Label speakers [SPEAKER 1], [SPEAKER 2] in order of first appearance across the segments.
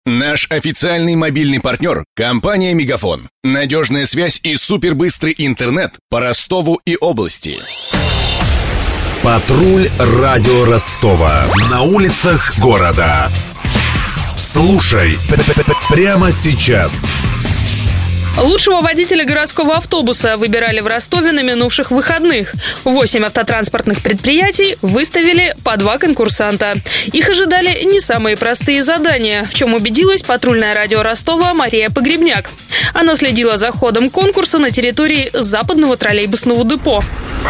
[SPEAKER 1] Наш официальный мобильный партнер – компания «Мегафон». Надежная связь и супербыстрый интернет по Ростову и области.
[SPEAKER 2] Патруль радио Ростова. На улицах города. Слушай прямо сейчас.
[SPEAKER 3] Лучшего водителя городского автобуса выбирали в Ростове на минувших выходных. 8 автотранспортных предприятий выставили по 2 конкурсанта. Их ожидали не самые простые задания, в чем убедилась патрульное радио Ростова Мария Погребняк. Она следила за ходом конкурса на территории западного троллейбусного депо.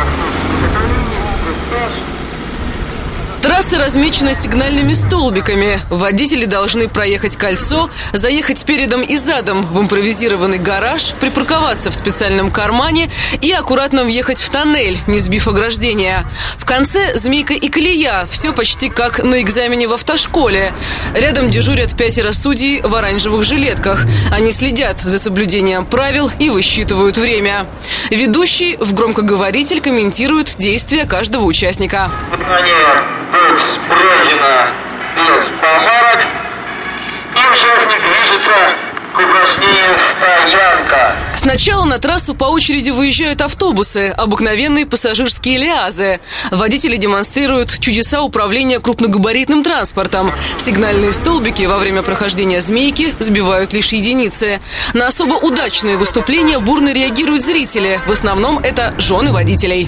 [SPEAKER 4] Трасса размечена сигнальными столбиками. Водители должны проехать кольцо, заехать передом и задом в импровизированный гараж, припарковаться в специальном кармане и аккуратно въехать в тоннель, не сбив ограждения. В конце змейка и колея. Все почти как на экзамене в автошколе. Рядом дежурят 5 судей в оранжевых жилетках. Они следят за соблюдением правил и высчитывают время. Ведущий в громкоговоритель комментирует действия каждого участника.
[SPEAKER 5] Бокс пройдено без помарок, и участник движется к упражнению «Стоянка».
[SPEAKER 4] Сначала на трассу по очереди выезжают автобусы, обыкновенные пассажирские лиазы. Водители демонстрируют чудеса управления крупногабаритным транспортом. Сигнальные столбики во время прохождения змейки сбивают лишь единицы. На особо удачные выступления бурно реагируют зрители. В основном это жены водителей.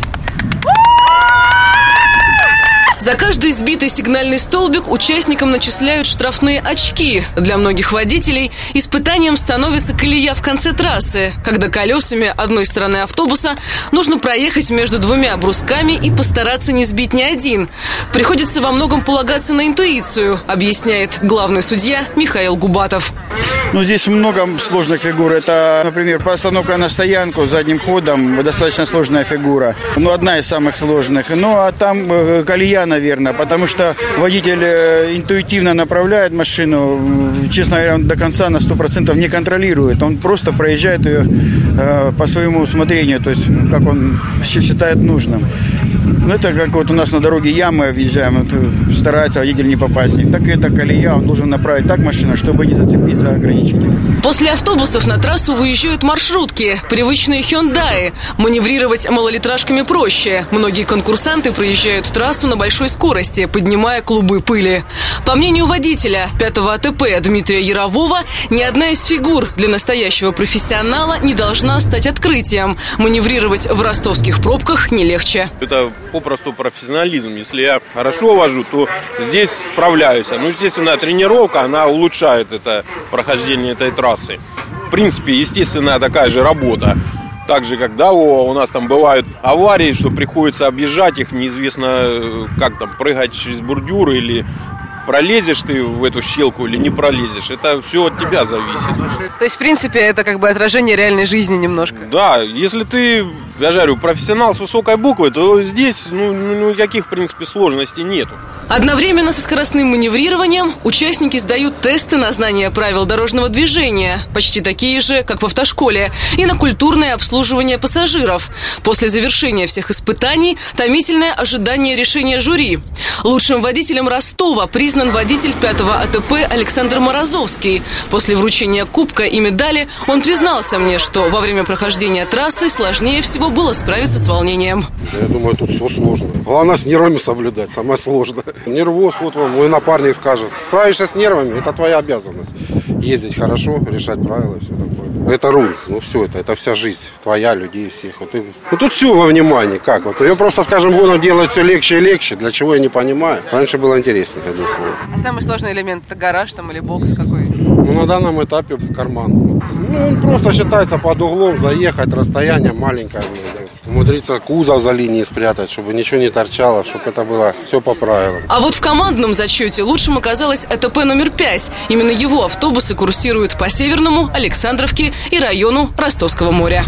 [SPEAKER 4] За каждый сбитый сигнальный столбик участникам начисляют штрафные очки. Для многих водителей испытанием становится колея в конце трассы, когда колесами одной стороны автобуса нужно проехать между 2 брусками и постараться не сбить ни один. Приходится во многом полагаться на интуицию, объясняет главный судья Михаил Губатов.
[SPEAKER 6] Здесь много сложных фигур. Это, например, постановка на стоянку задним ходом, достаточно сложная фигура. Одна из самых сложных. А там колея, наверное, потому что водитель интуитивно направляет машину. Честно говоря, он до конца на 100% не контролирует. Он просто проезжает ее по своему усмотрению, то есть как он считает нужным. Это как у нас на дороге ямы объезжаем, старается водитель не попасть в них. Так и эта колея, он должен направить так машину, чтобы не зацепить за ограничители.
[SPEAKER 4] После автобусов на трассу выезжают маршрутки, привычные «Хёндаи». Маневрировать малолитражками проще. Многие конкурсанты проезжают трассу на большой скорости, поднимая клубы пыли. По мнению водителя 5-го АТП Дмитрия Ярового, ни одна из фигур для настоящего профессионала не должна стать открытием. Маневрировать в ростовских пробках не легче.
[SPEAKER 7] Это попросту профессионализм. Если я хорошо вожу, то здесь справляюсь. Естественно, тренировка, она улучшает это прохождение этой трассы. В принципе, естественная такая же работа. Так же, когда у нас там бывают аварии, что приходится объезжать их, неизвестно, как там, прыгать через бордюр или пролезешь ты в эту щелку или не пролезешь. Это все от тебя зависит.
[SPEAKER 4] То есть, в принципе, это как бы отражение реальной жизни немножко.
[SPEAKER 7] Да, если ты, я же говорю, профессионал с высокой буквы, то здесь никаких, в принципе, сложностей нету.
[SPEAKER 4] Одновременно со скоростным маневрированием участники сдают тесты на знание правил дорожного движения, почти такие же, как в автошколе, и на культурное обслуживание пассажиров. После завершения всех испытаний томительное ожидание решения жюри. Лучшим водителем Ростова признан водитель 5-го АТП Александр Морозовский. После вручения кубка и медали он признался мне, что во время прохождения трассы сложнее всего было справиться с волнением.
[SPEAKER 8] Я думаю, тут все сложно. Главное с нервами соблюдать, самое сложное. Нервоз, вот вам мой напарник скажет. Справишься с нервами, это твоя обязанность. Ездить хорошо, решать правила и все такое. Это руль, все это вся жизнь твоя, людей всех. Тут все во внимании, как вот. Ее просто, скажем, будем делать все легче и легче, для чего я не понимаю. Раньше было интереснее, одним словом.
[SPEAKER 4] А самый сложный элемент — это гараж там или бокс какой?
[SPEAKER 8] На данном этапе карман. Он просто считается под углом, заехать, расстояние маленькое. Умудриться кузов за линией спрятать, чтобы ничего не торчало, чтобы это было все по правилам.
[SPEAKER 4] А вот в командном зачете лучшим оказалось АТП номер 5. Именно его автобусы курсируют по Северному, Александровке и району Ростовского моря.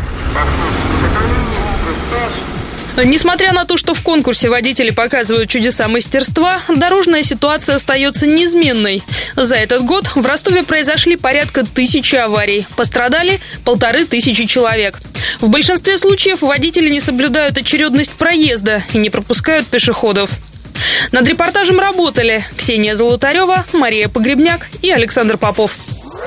[SPEAKER 3] Несмотря на то, что в конкурсе водители показывают чудеса мастерства, дорожная ситуация остается неизменной. За этот год в Ростове произошли порядка 1000 аварий. Пострадали 1500 человек. В большинстве случаев водители не соблюдают очередность проезда и не пропускают пешеходов. Над репортажем работали Ксения Золотарева, Мария Погребняк и Александр Попов.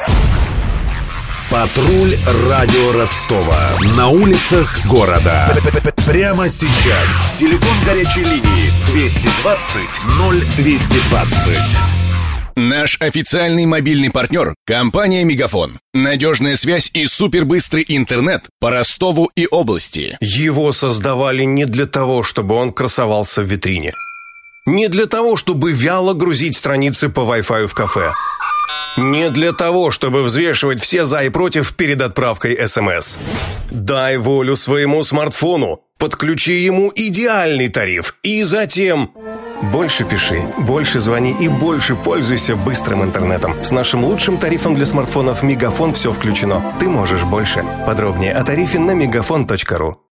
[SPEAKER 2] Патруль радио Ростова. На улицах города. Прямо сейчас. Телефон горячей линии 220 0220.
[SPEAKER 1] Наш официальный мобильный партнер – компания «Мегафон». Надежная связь и супербыстрый интернет по Ростову и области.
[SPEAKER 9] Его создавали не для того, чтобы он красовался в витрине. Не для того, чтобы вяло грузить страницы по Wi-Fi в кафе. Не для того, чтобы взвешивать все за и против перед отправкой СМС. Дай волю своему смартфону, подключи ему идеальный тариф и затем... Больше пиши, больше звони и больше пользуйся быстрым интернетом. С нашим лучшим тарифом для смартфонов «Мегафон» все включено. Ты можешь больше. Подробнее о тарифе на megafon.ru.